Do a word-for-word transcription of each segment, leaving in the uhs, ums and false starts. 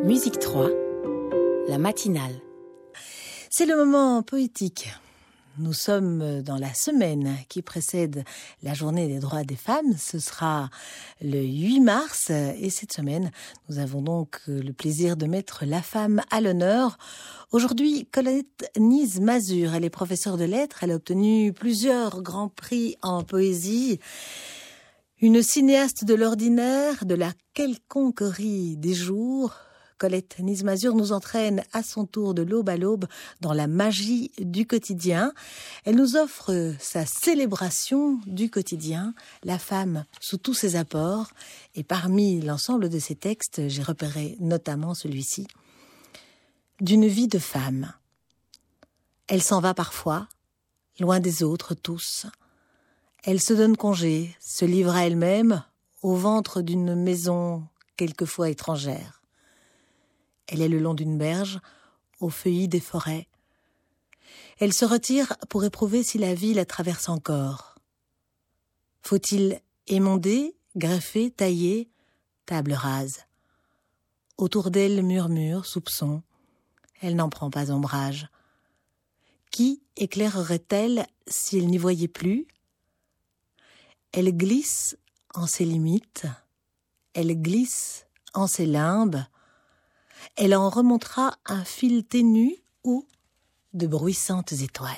Musique trois, la matinale. C'est le moment poétique. Nous sommes dans la semaine qui précède la journée des droits des femmes. Ce sera le huit mars et cette semaine, nous avons donc le plaisir de mettre la femme à l'honneur. Aujourd'hui, Colette Nies-Mazur, elle est professeure de lettres. Elle a obtenu plusieurs grands prix en poésie. Une cinéaste de l'ordinaire, de la quelconquerie des jours, Colette Nies-Mazur nous entraîne à son tour de l'aube à l'aube dans la magie du quotidien. Elle nous offre sa célébration du quotidien, la femme sous tous ses apports. Et parmi l'ensemble de ses textes, j'ai repéré notamment celui-ci, d'une vie de femme. Elle s'en va parfois, loin des autres tous. Elle se donne congé, se livre à elle-même, au ventre d'une maison quelquefois étrangère. Elle est le long d'une berge, au feuillis des forêts. Elle se retire pour éprouver si la vie la traverse encore. Faut-il émonder, greffer, tailler, table rase. Autour d'elle murmure, soupçon. Elle n'en prend pas ombrage. Qui éclairerait-elle si elle n'y voyait plus ? Elle glisse en ses limites, elle glisse en ses limbes, elle en remontera un fil ténu ou de bruissantes étoiles.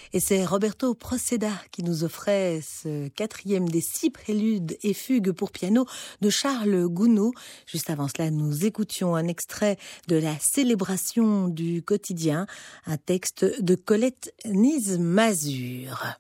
Et c'est Roberto Proceda qui nous offrait ce quatrième des six préludes et fugues pour piano de Charles Gounod. Juste avant cela, nous écoutions un extrait de la célébration du quotidien, un texte de Colette Nizmazur.